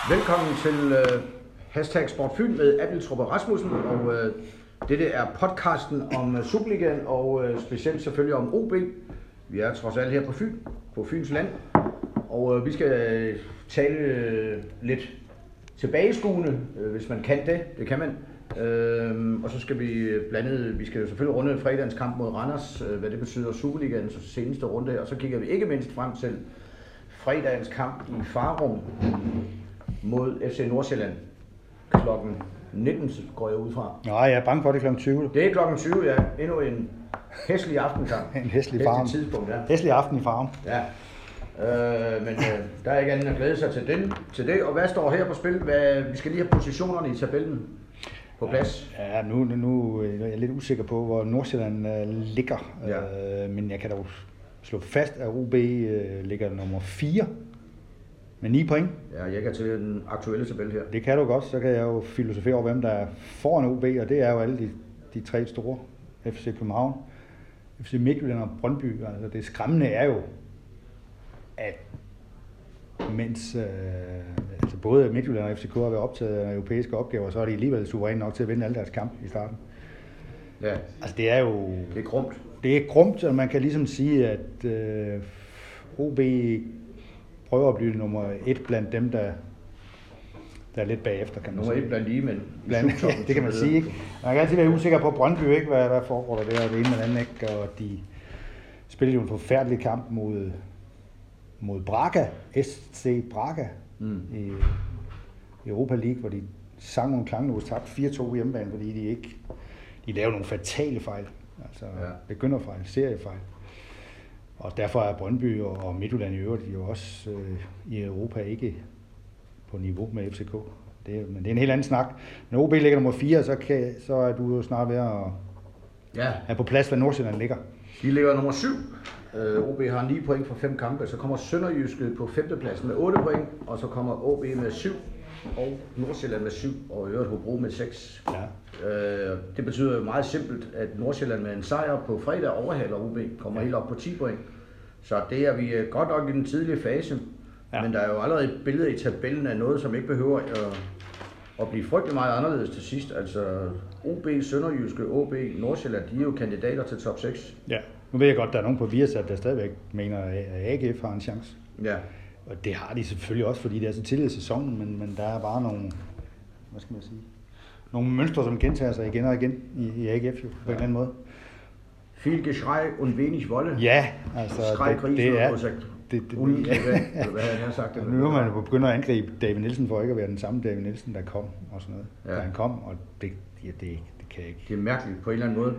Velkommen til hashtag Sportfyn med Abildrup og Rasmussen, og dette er podcasten om Superligaen, og specielt selvfølgelig om OB. Vi er trods alt her på Fyn, på Fyns land, og vi skal tale lidt tilbageskuende, hvis man kan det. Det kan man. Og så skal vi skal jo selvfølgelig runde fredagens kamp mod Randers, hvad det betyder Superligaens seneste runde, og så kigger vi ikke mindst frem til fredagens kamp i Farum mod FC Nordsjælland klokken 19, går jeg ud fra. Nej, jeg er bange for, det er klokken 20. Det er klokken 20, ja. Endnu en hæslig aftenkamp. En hæslig Farum. Tidspunkt, ja. Hæslig aften i Farum. Ja. Men der er ikke andet at glæde sig til det. Og hvad står her på spil? Vi skal lige have positionerne i tabellen på plads. Ja, nu er jeg lidt usikker på, hvor Nordsjælland ligger. Ja. Men jeg kan dog slå fast, at OB ligger nummer 4 med 9 point. Ja, jeg kan til den aktuelle tabel her. Det kan du godt, så kan jeg jo filosofere over, hvem der er foran OB, og det er jo alle de tre store. FC København, FC Midtjylland og Brøndby. Altså det skræmmende er jo, at mens altså både Midtjylland og FCK har været optaget af europæiske opgaver, så er de alligevel suveræne nok til at vinde alle deres kampe i starten. Ja. Altså det er jo... Det er grumt. Det er grumt, og man kan ligesom sige, at OB prøver at blive nummer 1 blandt dem, der er lidt bagefter, kan man sige. Nummer 1 blandt lige, men... det kan man sige, ikke? Man kan altid være usikker på Brøndby, ikke? Hvad foregår der der, og det ene med andet, ikke? Og de spillede jo en forfærdelig kamp mod Braga, SC Braga, i Europa League, hvor de sang nogle klanglås, tabte 4-2 hjemmebane, fordi de lavede nogle fatale fejl. Altså begynderfejl, seriefejl. Og derfor er Brøndby og Midtjylland i øvrigt jo også i Europa ikke på niveau med FCK. Men det er en helt anden snak. Når OB ligger nummer 4, så er du jo snart ved at have på plads, hvad Nordsjælland ligger. De ligger nummer 7. OB har 9 point for 5 kampe. Så kommer Sønderjyske på 5. pladsen med 8 point, og så kommer OB med 7, og Nordsjælland med 7, og i øvrigt Hobro med 6. Ja. Det betyder jo meget simpelt, at Nordsjælland med en sejr på fredag overhaler OB, kommer helt op på 10 point. Så det er vi godt nok i den tidlige fase, men der er jo allerede et billede i tabellen af noget, som ikke behøver at blive frygtelig meget anderledes til sidst. Altså OB, Sønderjyske, OB, Nordsjælland, de er jo kandidater til top 6. Ja, nu ved jeg godt, at der er nogen på Viasat, der stadigvæk mener, at AGF har en chance. Ja. Og det har de selvfølgelig også, fordi det er så tidligt i sæsonen, men der er bare nogle mønstre, som gentager sig igen og igen i AGF jo, på en eller anden måde. Viel Geschrei und wenig Wolle. Ja, altså det er... Hvad han har sagt det. Nu er man jo begyndt at angribe David Nielsen for ikke at være den samme David Nielsen, der kom og sådan noget. Ja. Da han kom, og det kan jeg ikke. Det er mærkeligt på en eller anden måde.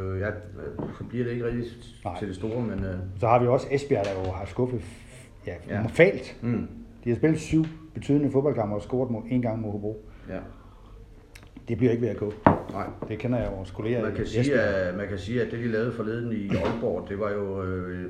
Så bliver det ikke rigtig til det store, men... Så har vi også Esbjerg, der jo har skuffet falt. De har spillet 7 betydende fodboldkampe og scoret 1 gang mod Hobro. Ja. Det bliver ikke ved at gå. Nej. Det kender jeg vores kolleger. Man kan sige, at det de lavede forleden i Aalborg, det var jo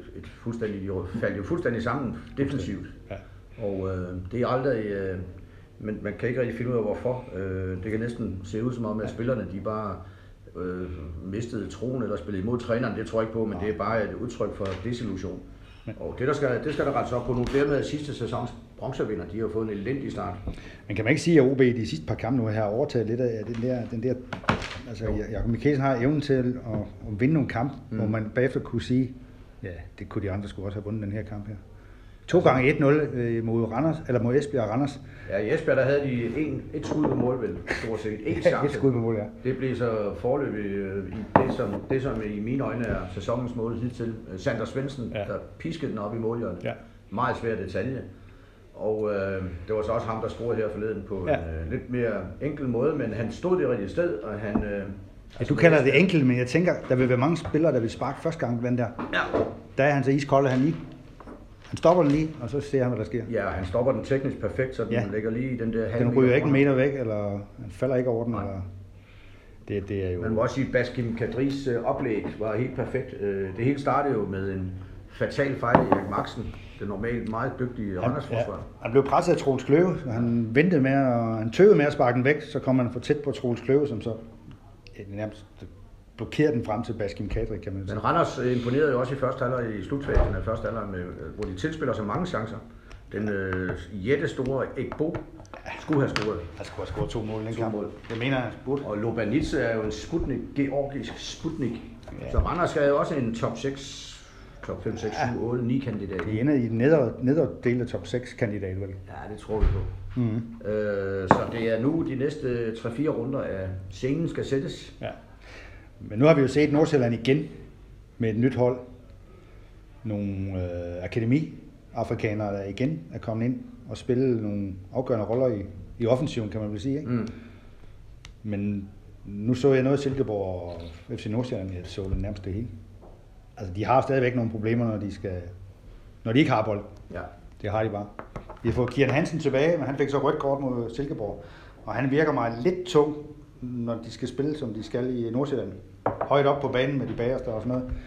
faldt jo fuldstændig sammen defensivt. Ja. Og det er aldrig, men man kan ikke rigtig finde ud af hvorfor. Det kan næsten se ud som om, at spillerne de bare mistede troen eller spillede imod træneren. Det tror jeg ikke på, men det er bare et udtryk for desillusion. Og det skal der rettes op på nu. Flere med sidste sæsons bronzevinder, de har fået en elendig start. Men kan man ikke sige, at OB de sidste par kampe nu har overtaget lidt af den der altså Jakob Mikkelsen har evnen til at vinde nogle kampe, hvor man bagefter kunne sige, ja, det kunne de andre skulle også have vundet den her kamp her. 2 gange 1-0 mod Randers, eller mod Esbjerg og Randers. Ja, i Esbjerg der havde de et skud på mål, vel, stort set. Et skud på mål, ja. Det blev så foreløbig det, som i mine øjne er sæsonens mål hidtil. Sander Svendsen, der piskede den op i målhjørnet. Ja. Meget svær detalje. Og det var så også ham, der scorede her forleden på en lidt mere enkel måde, men han stod det rigtige sted, og han... du kalder det enkelt, men jeg tænker, der vil være mange spillere, der vil sparke første gang den der. Ja. Der er han så iskold, han stopper den lige, og så ser han, hvad der sker. Ja, han stopper den teknisk perfekt, så den ligger lige i den der halv. Den ryger ikke en meter væk, eller han falder ikke over den. Eller... Det er jo... Man må også sige, at Baskim Kadris oplæg var helt perfekt. Det hele startede jo med en fatal fejl af Erik Maxen, den normalt meget dygtige Randersforsvar. Ja, han blev presset af Troels Kløve, så han ventede med, og han tøvede med at sparke den væk, så kom han for tæt på Troels Kløve, som så nærmest blokerede den frem til Baskim Kadri, kan man sige. Men Randers imponerede jo også i første halvleg i slutfasen af første halvleg, hvor de tilspiller så mange chancer. Den jættestore Ekbo skulle have scoret. Han skulle have scoret 2 mål i den 2 kamp. mål. Det mener han burde. Og Lobanitsa er jo en Sputnik, georgisk Sputnik. Ja. Så Randers er jo også en top 6, top 5, 6, 7, 8, 9 kandidat. Det er en af de nedre del af top 6 kandidat, vel? Ja, det tror vi på. Mm-hmm. Så det er nu de næste 3-4 runder af scenen skal sættes. Ja. Men nu har vi jo set Nordsjælland igen med et nyt hold. Nogle akademi-afrikanere, der igen er kommet ind og spille nogle afgørende roller i offensiven, kan man vel sige. Ikke? Mm. Men nu så jeg noget af Silkeborg og FC Nordsjælland, jeg så det nærmest det hele. Altså, de har stadigvæk nogle problemer, når de ikke har bold. Ja. Det har de bare. Vi har fået Kian Hansen tilbage, men han fik så rødt kort mod Silkeborg. Og han virker mig lidt tung, når de skal spille, som de skal i Nordsjælland. Højt op på banen med de bagerste og sådan noget.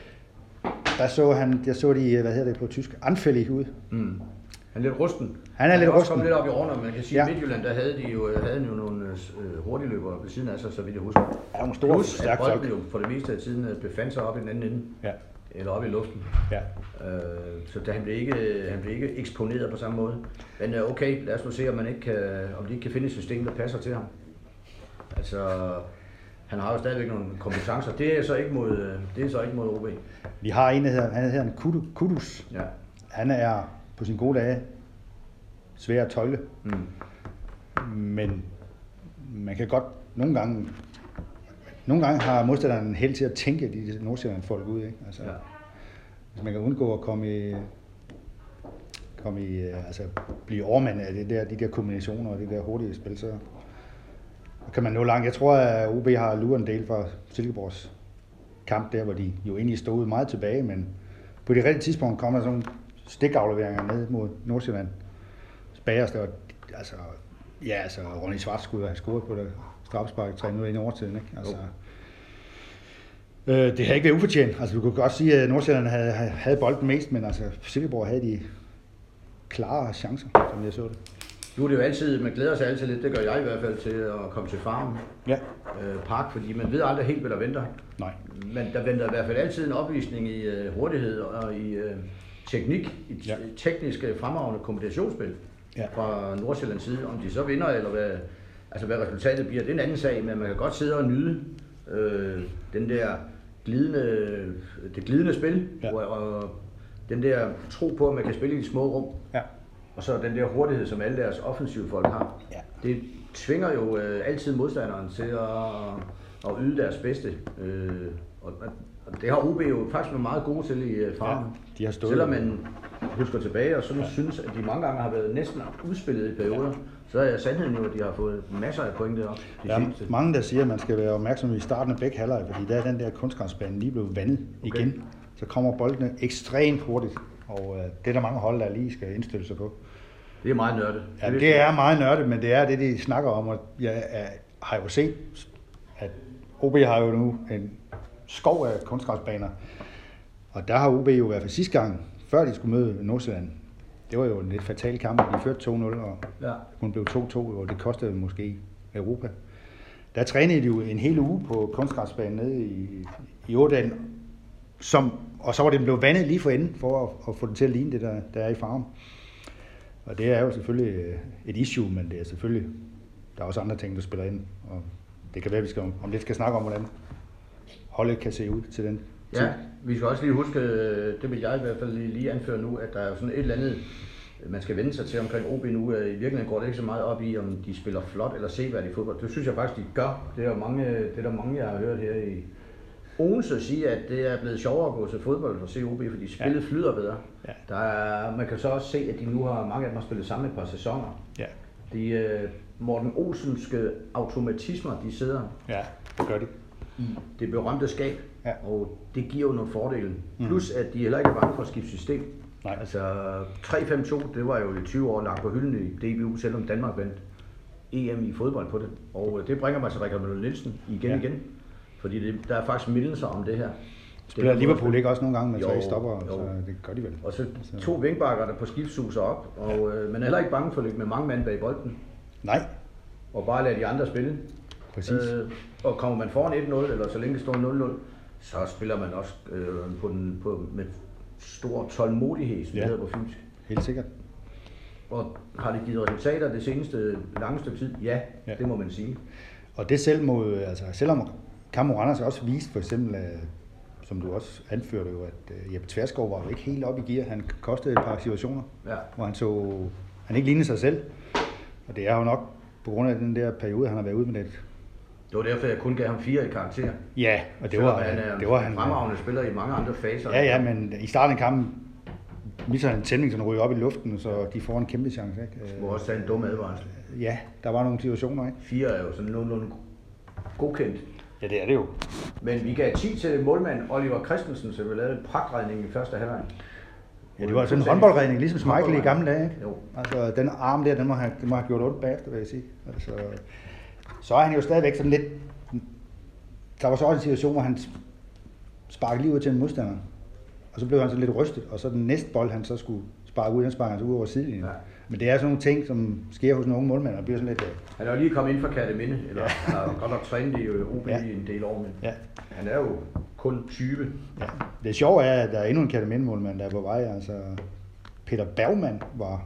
Jeg så de, på tysk, anfældig ud. Mm. Han er lidt rusten. Han er lidt rusten. Kommet lidt op i årene, man kan sige, at Midtjylland, der havde de jo nogle hurtigløbere ved siden af sig, så vidt jeg husker. Ja, nogle store, stærke folk. Bolden jo for det meste af tiden befandt sig op i den anden ende. Ja. Eller op i luften. Ja. Så han blev ikke eksponeret på samme måde. Men okay, lad os nu se, om de ikke kan finde et system, der passer til ham. Altså, han har jo stadigvæk nogle kompetencer. Det er så ikke mod OB. Vi har en, han hedder Kudus. Ja. Han er på sin gode dage svær at tøjle. Mm. Men man kan godt nogle gange har modstanderen held til at tænke de Nordsjælland folk ud, ikke? Altså, ja. Hvis man kan undgå at blive overmand af de der kombinationer og det der hurtige spil, så kan man nå langt. Jeg tror, at OB har luret en del fra Silkeborgs kamp der, hvor de jo egentlig stod meget tilbage, men på det rigtige tidspunkt kommer der sådan nogle stikafleveringer ned mod Nordsjælland. Bagerste, og altså Ronny Schwartz skulle have scoret på det straffespark 3 minutter ind i overtiden, ikke? Altså, det har ikke været ufortjent. Altså, du kunne godt sige, at Nordsjælland havde bolden mest, men altså Silkeborg havde de klare chancer, som jeg så det. Nu er det jo altid, man glæder sig altid lidt, det gør jeg i hvert fald, til at komme til Farmen Park, fordi man ved aldrig helt, hvad der venter. Nej. Men der venter i hvert fald altid en opvisning i hurtighed og i teknik, i teknisk fremragende kombinationsspil fra Nordsjællands side. Om de så vinder, eller hvad resultatet bliver, det er en anden sag, men man kan godt sidde og nyde det glidende spil, og den der tro på, at man kan spille i de små rum. Ja. Og så den der hurtighed, som alle deres offensive folk har. Ja. Det tvinger jo altid modstanderen til at yde deres bedste. Og det har OB jo faktisk været meget gode til i Farmen. Ja, de har stået. Selvom man husker tilbage og sådan synes, at de mange gange har været næsten udspillet i perioder, så er sandheden jo, at de har fået masser af point deroppe. Mange der siger, at man skal være opmærksom i starten af begge halvleg, fordi der er den der kunstgræsbane lige blevet vandet igen. Så kommer boldene ekstremt hurtigt, og det er der mange hold, der lige skal indstille sig på. Det er meget nørdet. Ja, det er meget nørdet, men det er det, de snakker om, og jeg har jo set, at OB har jo nu en skov af kunstgræsbaner, og der har OB jo i hvert fald sidste gang, før de skulle møde Nordsjælland. Det var jo en lidt fatal kamp, de førte 2-0, og hun blev 2-2, og det kostede måske Europa. Der trænede de jo en hel uge på kunstgræsbanen nede i Ådalen, og så var det blevet vandet lige for enden, for at få det til at ligne det, der er i Farmen. Og det er jo selvfølgelig et issue, men det er selvfølgelig, der er også andre ting, der spiller ind. Og det kan være, at vi om lidt skal snakke om, hvordan holdet kan se ud til den tid. Ja, vi skal også lige huske, det vil jeg i hvert fald lige anføre nu, at der er jo sådan et eller andet, man skal vende sig til omkring OB nu. I virkeligheden går det ikke så meget op i, om de spiller flot eller seværdigt fodbold. Det synes jeg faktisk, de gør. Det er der mange, jeg har hørt her i Odense sige, at det er blevet sjovere at gå til fodbold for COB, fordi spillet flyder bedre. Ja. Man kan så også se, at de nu har mange af dem har spillet sammen et par sæsoner. Ja. De Morten Olsenske automatismer, de sidder det gør de. I det berømte skab, og det giver jo nogle fordele. Plus at de heller ikke er bange for at skifte system. Nej. Altså 3-5-2, det var jo i 20 år lagt på hylden i DBU, selvom Danmark vandt EM i fodbold på det. Og det bringer mig til Rikard Møller Nielsen igen. Fordi der er faktisk mindelser om det her. Spiller Liverpool ikke også nogle gange med 3 stopper, så det gør de vel. Og så 2 vingbakker, der på skift suser op, og man er heller ikke bange for at ligge med mange mand bag bolden. Nej. Og bare lade de andre spille. Præcis. Og kommer man foran 1-0, eller så længe det står 0-0, så spiller man også med stor tålmodighed, som det hedder på fynsk. Helt sikkert. Og har det givet resultater det seneste lange stykke tid? Ja, det må man sige. Og det selv mod, altså selvom Kammo Randers også viste for eksempel, som du også anførte jo, at Jeppe Tverskov var jo ikke helt op i gear. Han kostede et par situationer, hvor han ikke lignede sig selv. Og det er jo nok på grund af den der periode, han har været ude med det. Det var derfor, jeg kun gav ham 4 i karakter. Ja, og det var han fremragende spiller i mange andre faser. Ja, men i starten af kampen misser han en tænding, så den ryger op i luften, så de får en kæmpe chance. Ikke? Hvor også er en dum advarsel. Ja, der var nogle situationer, ikke? 4 er jo sådan nogenlunde godkendt. Ja, det er det jo. Men vi gav 10 til målmand Oliver Christensen, så vi lavede en pragtredning i første halvleg. Ja, det var sådan en håndboldredning, ligesom Schmeichel i gamle dage, ikke? Jo. Altså, den arm der, den må have gjort ondt bagefter, vil jeg sige. Altså, så er han jo stadigvæk sådan lidt... Der var så også en situation, hvor han sparkede lige ud til en modstander. Og så blev han så lidt rystet, og så den næste bold, han så skulle sparke ud, den sparker han så ud over sidelinjen. Ja. Men det er sådan nogle ting, som sker hos nogle unge målmænd, og bliver sådan lidt... Han er jo lige kommet ind fra Kerteminde, eller han har godt nok trænet i OB i en del år, men han er jo kun 20. Ja. Det sjove er, at der er endnu en Kerteminde-målmand, der er på vej. Altså, Peter Bergmann var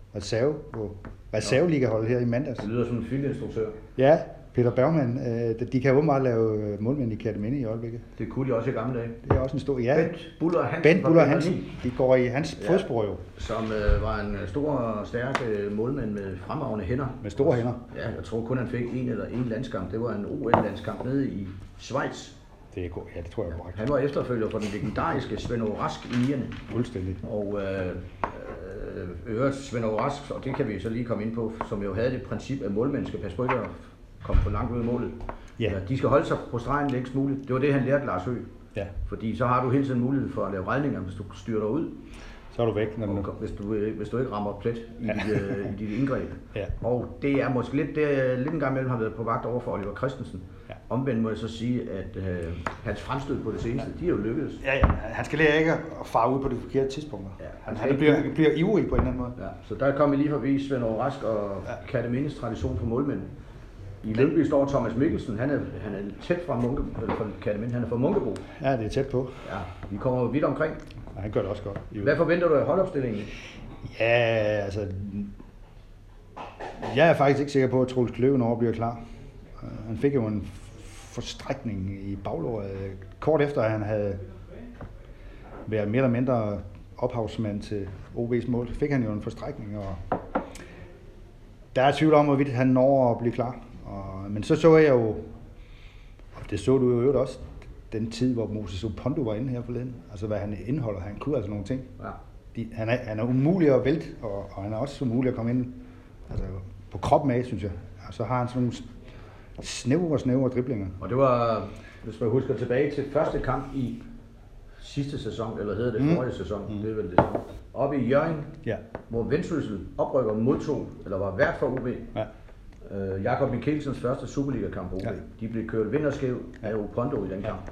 reserveligaholdet her i mandags. Det lyder som en filminstruktør. Ja, Peter Bergmann, de kan åbenbart lave målmænd i Kerteminde i øjeblikket. Det kunne de også i gamle dage. Det er også en stor... Ja. Bent Buller Hansen. De går i hans fodspor jo. Som var en stor og stærk målmand med fremragende hænder. Med store hænder. Ja, jeg tror kun han fik en landskamp. Det var en OL-landskamp nede i Schweiz. Det tror jeg var. Han var efterfølger for den legendariske Svend Aage Rask i 9'erne. Fuldstændig. Og øvrigt Svend Aage Rask, og det kan vi så lige komme ind på, som jo havde det princip, at målmænd skal passe på ikke at komme for langt ud af målet. Ja. De skal holde sig på stregen længst muligt. Det var det, han lærte Lars Høgh. Ja. Fordi så har du hele tiden mulighed for at lave redninger, hvis du styrer dig ud. Så er du væk. Hvis du ikke rammer plet i dit indgreb. Ja. Og det er måske lidt en gang imellem har været på vagt over for Oliver Christensen. Ja. Omvendt må jeg så sige, at hans fremstød på det seneste, de er jo lykkedes. Ja, han skal lære ikke at fare ud på de forkerte tidspunkter. Ja, han bliver ivrig på en eller anden måde. Ja. Så der kom vi lige forbi Svend Aage Rask og Kertemindes tradition på målmænd. I Lyngby står Thomas Mikkelsen, han er tæt fra Kerteminde, han er fra Munkebo. Ja, det er tæt på. Ja, vi kommer vidt omkring. Ja, han gør det også godt. Hvad forventer du af holdopstillingen? Ja, altså... Jeg er faktisk ikke sikker på, at Troels Kløvenår bliver klar. Han fik jo en forstrækning i baglåret. Kort efter, at han havde været mere eller mindre ophavsmand til OB's mål, fik han jo en forstrækning, og der er tvivl om, hvorvidt han når at blive klar. Men så jeg jo, og det så du jo også, den tid, hvor Moses Opondo var inde her forleden. Altså hvad han indeholder, han kunne altså nogle ting. Ja. Han er umulig at vælte, og han er også umulig at komme ind altså, på kroppen af, synes jeg. Og så har han sådan nogle snævre driblinger. Og det var, hvis man husker tilbage til første kamp i sidste sæson, eller hedder det forrige sæson, det er vel det. Oppe i Hjørring, hvor Vendsyssel oprykker modtog, eller var vært for OB. Ja. Jakob Mikkelsens første Superliga-kamp på OB. Ja. De blev kørt vinderskæv af Opondo i den kamp.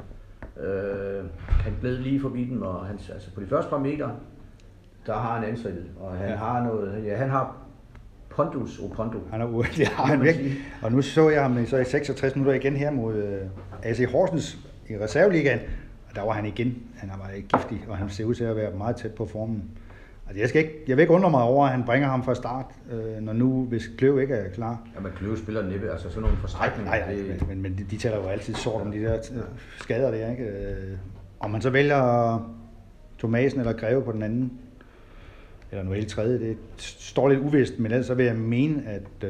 Han blev lige forbi dem, og altså på de første par meter, der har han ansattet, og han har noget, han har Pondus Opondo. Det har han virkelig. Og nu så jeg ham så i 66 minutter igen her mod AC Horsens i reserveligaen, og der var han igen. Han var giftig, og han ser ud til at være meget tæt på formen. Altså jeg vil ikke undre mig over, at han bringer ham fra start, når nu, hvis Kløv ikke er klar. Ja, men Kløv spiller næppe, altså sådan nogle forstrækninger. Nej, men de taler jo altid sort om de der skader der, ikke? Om man så vælger Thomasen eller Greve på den anden, eller nu helt tredje, det står lidt uvist, men ellers så vil jeg mene, at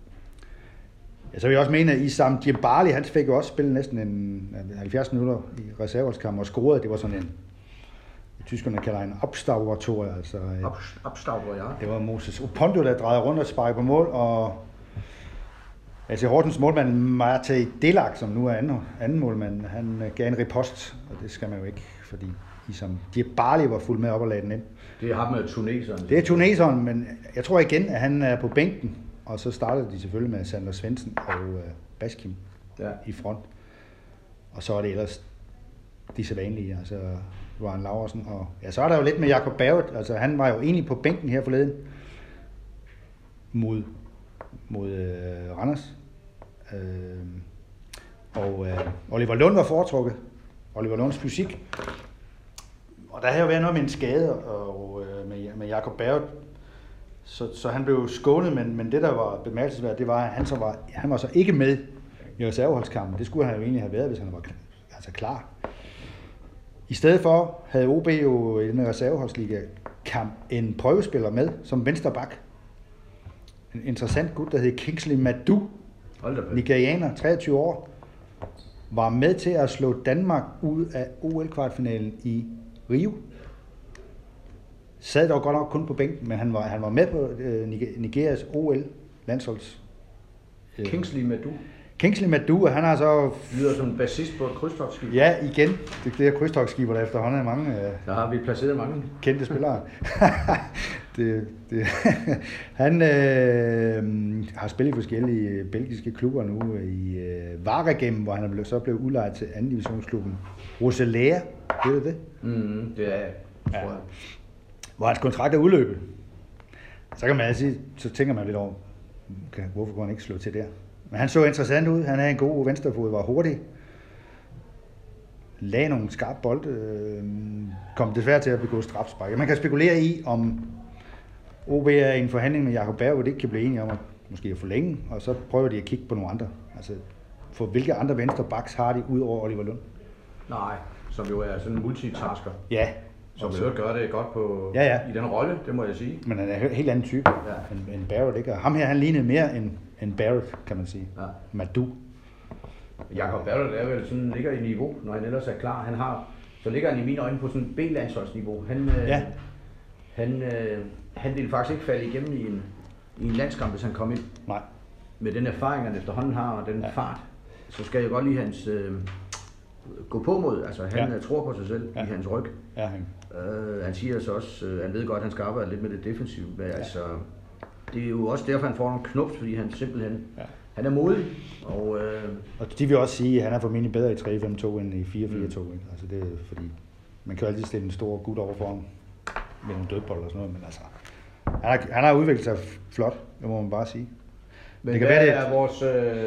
så vil jeg også mene, at Issam Djibali, han fik jo også spillet næsten 70 minutter i reserveholdskamp og scorede. Det var sådan en, tyskerne kalder en Abstauber-tor, altså Abstauber, ja. Det var Moses Opondo, der drejede rundt og sparkede på mål, og altså Horsens målmand Matej Delak, som nu er anden målmand, han gav en ripost, og det skal man jo ikke, fordi Issam Djibali var fuld med op og lagde den ind. Det er ham med tuneseren. Det er tuneseren, men jeg tror igen, at han er på bænken, og så startede de selvfølgelig med Sander Svendsen og Baskim i front. Og så er det ellers de sædvanlige, altså Ryan Laursen, og så er der jo lidt med Jakob Berget, altså han var jo egentlig på bænken her forleden mod Randers. Og Oliver Lund var foretrukket. Oliver Lunds fysik. Og der havde jo været noget med en skade og med Jakob Berget, Så han blev skånet, men det, der var bemærkelsesværdigt, det var, at han var så ikke med i reserveholdskampen. Det skulle han jo egentlig have været, hvis han var klar. I stedet for havde OB jo i den reserveholdsliga-kamp en prøvespiller med som vensterbak. En interessant gut, der hed Kingsley Madu, nigerianer, 23 år, var med til at slå Danmark ud af OL-kvartfinalen i Rio. Sad dog godt nok kun på bænken, men han var med på Nigerias OL-landsholds. Kingsley Madu, og han har så... Lyder som en bassist på et krydstogtskib. Ja, igen. Det er krydstogtskiber, der efterhånden er mange... Der har vi placeret mange. Kendte spillere. Han har spillet i forskellige belgiske klubber nu. I Waregem, hvor han så blev udlejet til anden divisionsklubben. Roeselare, ved du det? Det er tror jeg. Hvor hans kontrakt er udløbet. Så tænker man lidt over, hvorfor kunne han ikke slå til der? Men han så interessant ud. Han havde en god venstrefod, var hurtig. Lagde nogle skarpe bolde. Kom desværre til at begå strafspark. Man kan spekulere i, om OB er i en forhandling med Jakob Berg, hvor de ikke kan blive enige om at måske at forlænge, og så prøver de at kigge på nogle andre. Altså, for hvilke andre venstrebacks har de ud over Oliver Lund? Nej, som jo er sådan en multitasker. Ja. Som jo gør det godt på, i den rolle, det må jeg sige. Men han er en helt anden type end Barrett, ikke? Og ham her, han lignede mere end Barrett, kan man sige. Ja. Madu. Jakob Barrett er vel sådan, ligger i niveau, når han ellers er klar. Så ligger han i mine øjne på sådan B-landsholdsniveau. Han ville faktisk ikke falde igennem i en landskamp, hvis han kom ind. Nej. Med den erfaring, han efterhånden har, og den fart, så skal jeg godt lide hans gå på mod. Altså han tror på sig selv i hans ryg. Ja, han siger så også, han ved godt, at han skal arbejde lidt med det defensive. Men altså, det er jo også derfor, han får nogle knups, fordi han simpelthen han er modig. Og de vil også sige, at han er formentlig bedre i 3-5-2 end i 4-4-2. Altså det er fordi, man kan jo altid stille en stor gut over for ham med nogle dødbold og sådan noget, men altså, han har udviklet sig flot, det må man bare sige. Men det kan hvad er vores,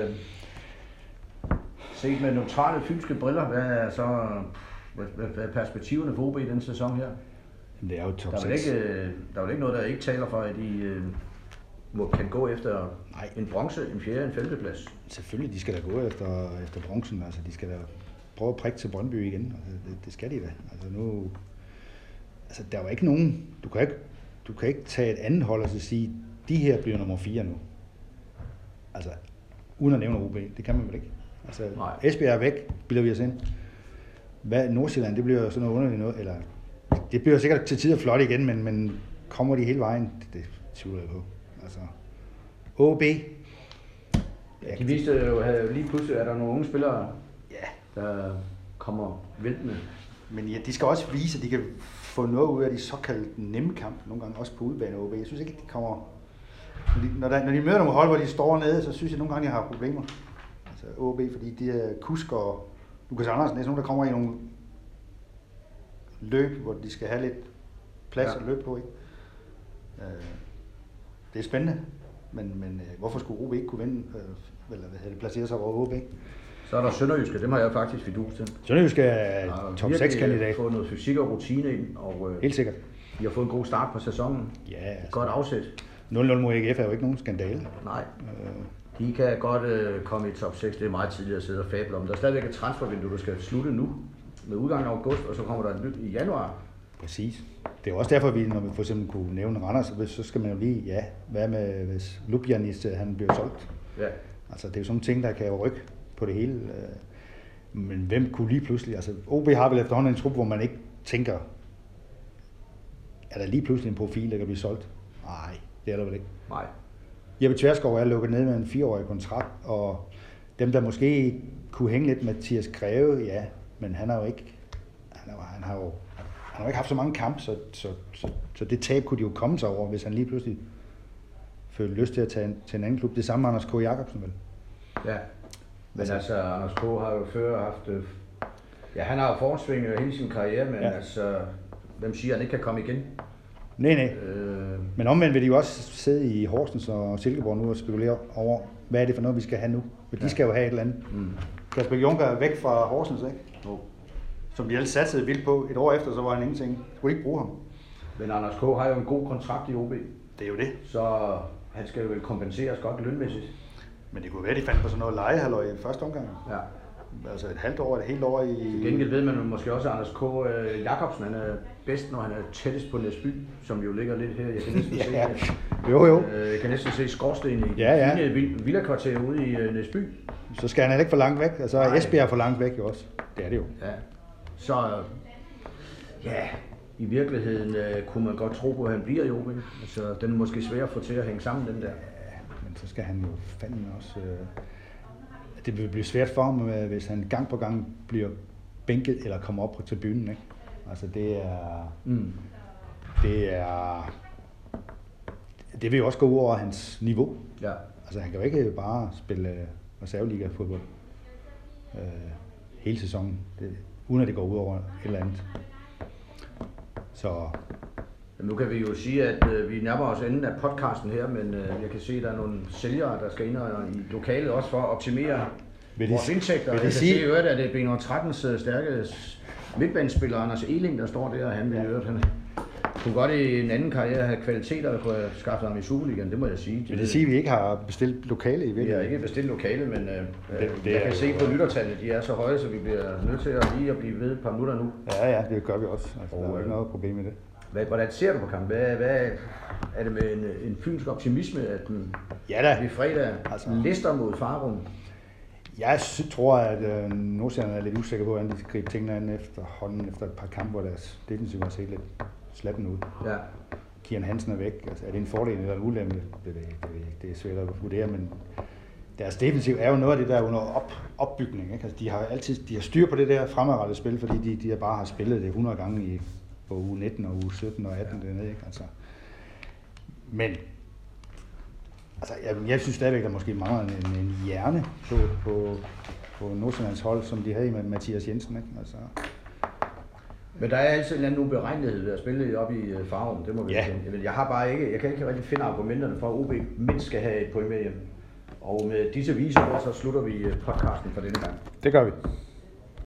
set med neutrale fynske briller, hvad er så... Hvad er perspektiverne for OB i den sæson her? Det er jo top 6. Der er jo ikke noget, der ikke taler for, at de kan gå efter en bronze, en fjerde, en femteplads. Selvfølgelig, de skal da gå efter bronzen. Altså, de skal da prøve at prikke til Brøndby igen. Altså, det skal de da. Altså, nu, der er jo ikke nogen... Du kan ikke tage et andet hold og så sige, de her bliver nummer 4 nu. Altså, uden at nævne OB. Det kan man vel ikke. Altså, Esbjerg er væk, bilder vi os ind. Nordsjælland, det bliver sådan noget underligt noget, eller det bliver sikkert til tider flot igen, men kommer de hele vejen, det tvivler jeg på. Altså, OB. Ja, de viste jo, lige pludselig er der nogle unge spillere, der kommer væltende. Men ja, de skal også vise, at de kan få noget ud af de såkaldte nemme kampe, nogle gange også på udebane OB. Jeg synes ikke, at de kommer... Når de møder nogle hold, hvor de står nede, så synes jeg nogle gange, de har problemer. Altså OB, fordi de er Kusk og Lukas Andersen, det er sådan nogle, der kommer i nogle løb, hvor de skal have lidt plads at løbe på, ikke? Det er spændende, men hvorfor skulle OB ikke kunne vinde, eller placere sig over OB? Så er der Sønderjyske, dem har jeg faktisk fidus til. Sønderjyske er top 6-kandidat. De har fået noget fysik og rutine ind, og helt sikkert. De har fået en god start på sæsonen. Ja, altså, godt afsæt. 0-0 mod AGF er jo ikke nogen skandale. Nej. De kan godt komme i top 6, det er meget tidligt at sidde og fable om. Der er stadigvæk et transfervindue, der skal slutte nu med udgangen af august, og så kommer der et nyt i januar. Præcis. Det er også derfor, når vi for eksempel kunne nævne Randers, så skal man jo lige, hvad med hvis Lubjanis, han bliver solgt. Ja. Altså det er jo sådan ting, der kan rykke på det hele. Men hvem kunne lige pludselig, altså OB har vel efterhånden en trup, hvor man ikke tænker, er der lige pludselig en profil, der kan blive solgt? Nej, det er der vel ikke. Nej. Jeppe Tverskov er lukket ned med en 4-årig kontrakt, og dem, der måske kunne hænge lidt, Mathias Greve, ja, men han har jo ikke, han har jo ikke haft så mange kampe, så det tab kunne de jo komme sig over, hvis han lige pludselig følte lyst til at tage til en anden klub. Det samme med Anders K. Jacobsen vel? Ja, men altså Anders K. har jo før haft, han har jo fortsvinget hele sin karriere, men altså, hvem siger, han ikke kan komme igen? Nej. Men omvendt vil de jo også sidde i Horsens og Silkeborg nu og spekulere over, hvad er det for noget, vi skal have nu? For de skal jo have et eller andet. Kasper Juncker er væk fra Horsens, ikke? Som de alle satsede vildt på. Et år efter, så var han ingenting. Skulle ikke bruge ham. Men Anders K. har jo en god kontrakt i OB. Det er jo det. Så han skal jo vel kompenseres godt lønmæssigt. Men det kunne være, at de fandt på sådan noget lejehalvøj i første omgang. Ja. Altså et halvt år, et helt år i... Til gengæld ved man måske også, at Anders K. Jacobsen, han er bedst, når han er tættest på Næsby, som jo ligger lidt her. Jeg kan næsten se, jeg kan næsten se skorstenen i fine villakvarter ude i Næsby. Så skal han ikke for langt væk, og så er Esbjerg for langt væk jo også. Det er det jo. Ja. Så i virkeligheden kunne man godt tro på, at han bliver i OB. Altså, den er måske svær at få til at hænge sammen, den der. Ja, men så skal han jo fandme også... Det vil blive svært for ham, hvis han gang på gang bliver bænket eller kommer op på tribunen, ikke? Altså det vil jo også gå ud over hans niveau. Ja. Altså han kan jo ikke bare spille reserveliga-fodbold hele sæsonen, uden at det går ud over et eller andet. Så... Nu kan vi jo sige, at vi nærmer os enden af podcasten her, men jeg kan se, at der er nogle sælgere, der skal ind i lokalet også for at optimere vores indtægter. Jeg kan se jo, at det er B13's stærke midtbanespiller, Anders Eling, der står der, og han kunne godt i en anden karriere have kvaliteter, der kunne have skaffet ham i Superligaen, det må jeg sige. Vil det sige, at vi ikke har bestilt lokale i virkeligheden? Vi har ikke bestilt lokale, men jeg kan se på lyttertallet, de er så høje, så vi bliver nødt til at blive ved et par minutter nu. Ja, det gør vi også. Altså, der er ikke noget problem med det. Hvordan ser du på kampen? Hvad er det med en fynsk optimisme, at den i fredag lister mod Farum? Jeg tror, at Nordsjælland er lidt usikker på, hvordan de skal gribe tingene an efterhånden efter et par kampe, hvor deres defensiv har set lidt slatten ud. Ja. Kian Hansen er væk. Altså, er det en fordel eller en ulempe? Det er svært at vurdere, men deres defensiv er jo noget af det der under opbygning. Ikke? Altså, de har styr på det der fremadrettede spil, fordi de bare har spillet det 100 gange på uge 19 og uge 17 og 18 dernede. Ikke? Altså, men jeg synes stadigvæk, der måske mangler en hjerne på Nordsjællands hold, som de havde med Mathias Jensen. Ikke? Altså. Men der er altid en anden uberegnelighed ved at spille op i Farum, det må vi kende. Jeg kan ikke rigtig finde argumenterne for, at OB mindst skal have et point med hjem. Og med disse viser, så slutter vi podcasten for denne gang. Det gør vi.